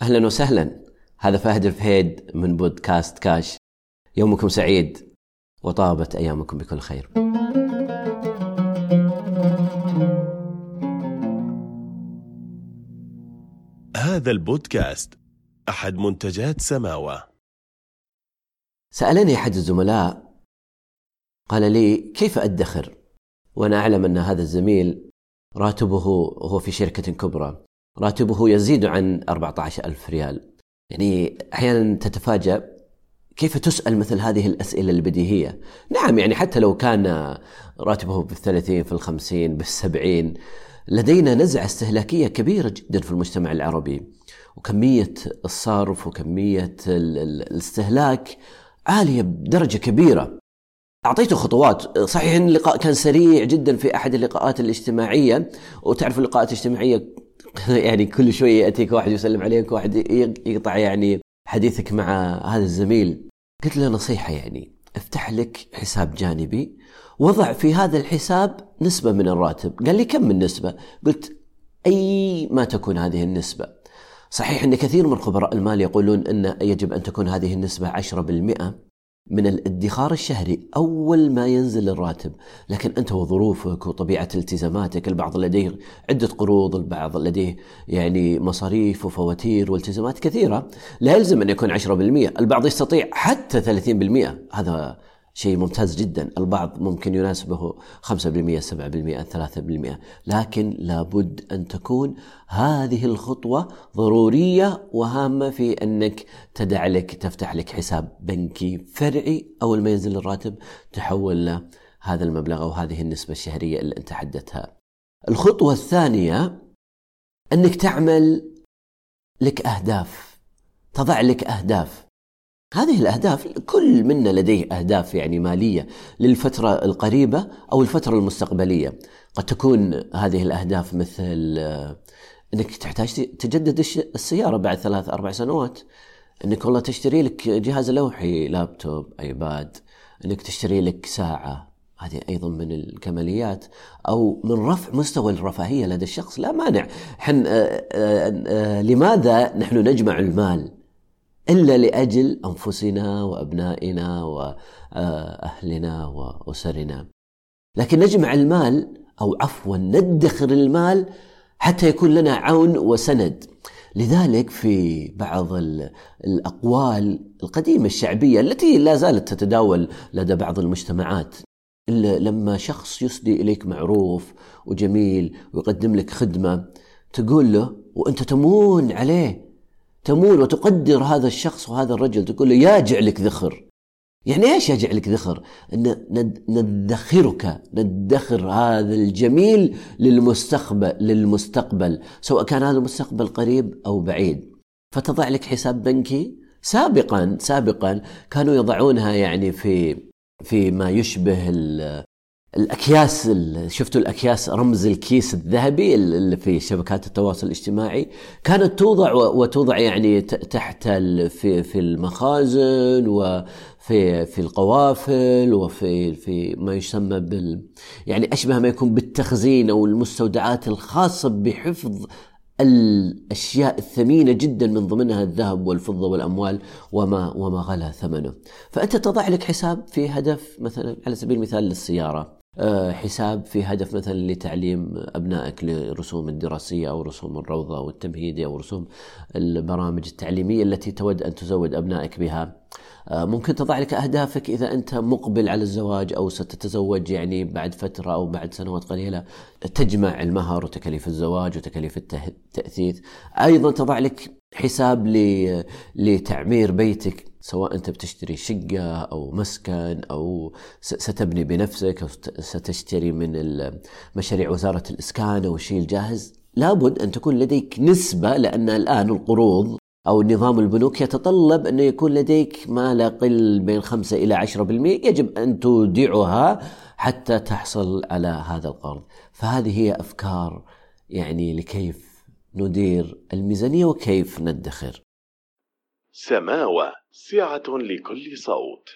أهلا وسهلا، هذا فهد الفهيد من بودكاست كاش. يومكم سعيد وطابت أيامكم بكل خير. هذا البودكاست أحد منتجات سماوة. سألني أحد الزملاء قال لي كيف أدخر، وأنا أعلم أن هذا الزميل راتبه هو في شركة كبرى، راتبه يزيد عن 14,000 ريال. يعني أحيانا تتفاجأ كيف تسأل مثل هذه الأسئلة البديهية. نعم، يعني حتى لو كان راتبه بال30 في ال50 بال70، لدينا نزعة استهلاكية كبيرة جدا في المجتمع العربي، وكمية الصرف وكمية الاستهلاك عالية بدرجة كبيرة. أعطيته خطوات، صحيح أن اللقاء كان سريع جدا في أحد اللقاءات الاجتماعية، وتعرف اللقاءات الاجتماعية يعني كل شوية يأتيك واحد يسلم عليك، واحد يقطع يعني حديثك مع هذا الزميل. قلت له نصيحة، يعني افتح لك حساب جانبي، وضع في هذا الحساب نسبة من الراتب. قال لي كم من نسبة؟ قلت أي ما تكون هذه النسبة. صحيح أن كثير من خبراء المال يقولون أن يجب أن تكون هذه النسبة 10% من الادخار الشهري أول ما ينزل الراتب، لكن أنت وظروفك وطبيعة التزاماتك، البعض لديه عدة قروض، البعض لديه يعني مصاريف وفواتير والتزامات كثيرة، لا يلزم أن يكون 10%. البعض يستطيع حتى 30%، هذا شيء ممتاز جدا. البعض ممكن يناسبه 5%، 7%، 3%، لكن لابد أن تكون هذه الخطوة ضرورية وهامة في أنك تفتح لك حساب بنكي فرعي. أول ما ينزل الراتب تحول له هذا المبلغ أو هذه النسبة الشهرية اللي أنت حددتها. الخطوة الثانية أنك تعمل لك أهداف، تضع لك أهداف. هذه الأهداف كل منا لديه أهداف يعني مالية للفترة القريبة أو الفترة المستقبلية. قد تكون هذه الأهداف مثل أنك تحتاج تجدد السيارة بعد 3-4 سنوات، أنك والله تشتري لك جهاز لوحي، لابتوب، أيباد، أنك تشتري لك ساعة، هذه أيضا من الكماليات، أو من رفع مستوى الرفاهية لدى الشخص. لا مانع. لماذا نحن نجمع المال إلا لأجل أنفسنا وأبنائنا وأهلنا وأسرنا؟ لكن نجمع المال، أو عفوا ندخر المال حتى يكون لنا عون وسند. لذلك في بعض الأقوال القديمة الشعبية التي لا زالت تتداول لدى بعض المجتمعات، لما شخص يسدي إليك معروف وجميل ويقدم لك خدمة، تقول له وأنت تمون عليه، تمون وتقدر هذا الشخص وهذا الرجل، تقول له يا جعلك ذخر. يعني ايش يا جعلك ذخر؟ ان ندخر هذا الجميل للمستقبل، سواء كان هذا المستقبل قريب او بعيد. فتضع لك حساب بنكي. سابقا كانوا يضعونها يعني في ما يشبه الأكياس. شفتوا الأكياس، رمز الكيس الذهبي اللي في شبكات التواصل الاجتماعي، كانت توضع يعني تحت في المخازن وفي القوافل وفي ما يسمى يعني أشبه ما يكون بالتخزين أو المستودعات الخاصة بحفظ الأشياء الثمينة جدا، من ضمنها الذهب والفضة والأموال وما غلا ثمنه. فأنت تضع لك حساب في هدف، مثلا على سبيل المثال للسيارة، حساب في هدف مثلا لتعليم أبنائك لرسوم الدراسية أو رسوم الروضة والتمهيدية أو رسوم البرامج التعليمية التي تود أن تزود أبنائك بها. ممكن تضع لك أهدافك إذا أنت مقبل على الزواج أو ستتزوج يعني بعد فترة أو بعد سنوات قليلة، تجمع المهر وتكاليف الزواج وتكاليف التأثيث. أيضا تضع لك حساب لتعمير بيتك، سواء أنت بتشتري شقة أو مسكن أو ستبني بنفسك أو ستشتري من مشاريع وزارة الإسكان أو الشيء الجاهز. لابد أن تكون لديك نسبة، لأن الآن القروض أو نظام البنوك يتطلب أن يكون لديك ما لا يقل بين 5 إلى 10%، يجب أن تودعها حتى تحصل على هذا القرض. فهذه هي أفكار يعني لكيف ندير الميزانية وكيف ندخر. سماوة، سعة لكل صوت.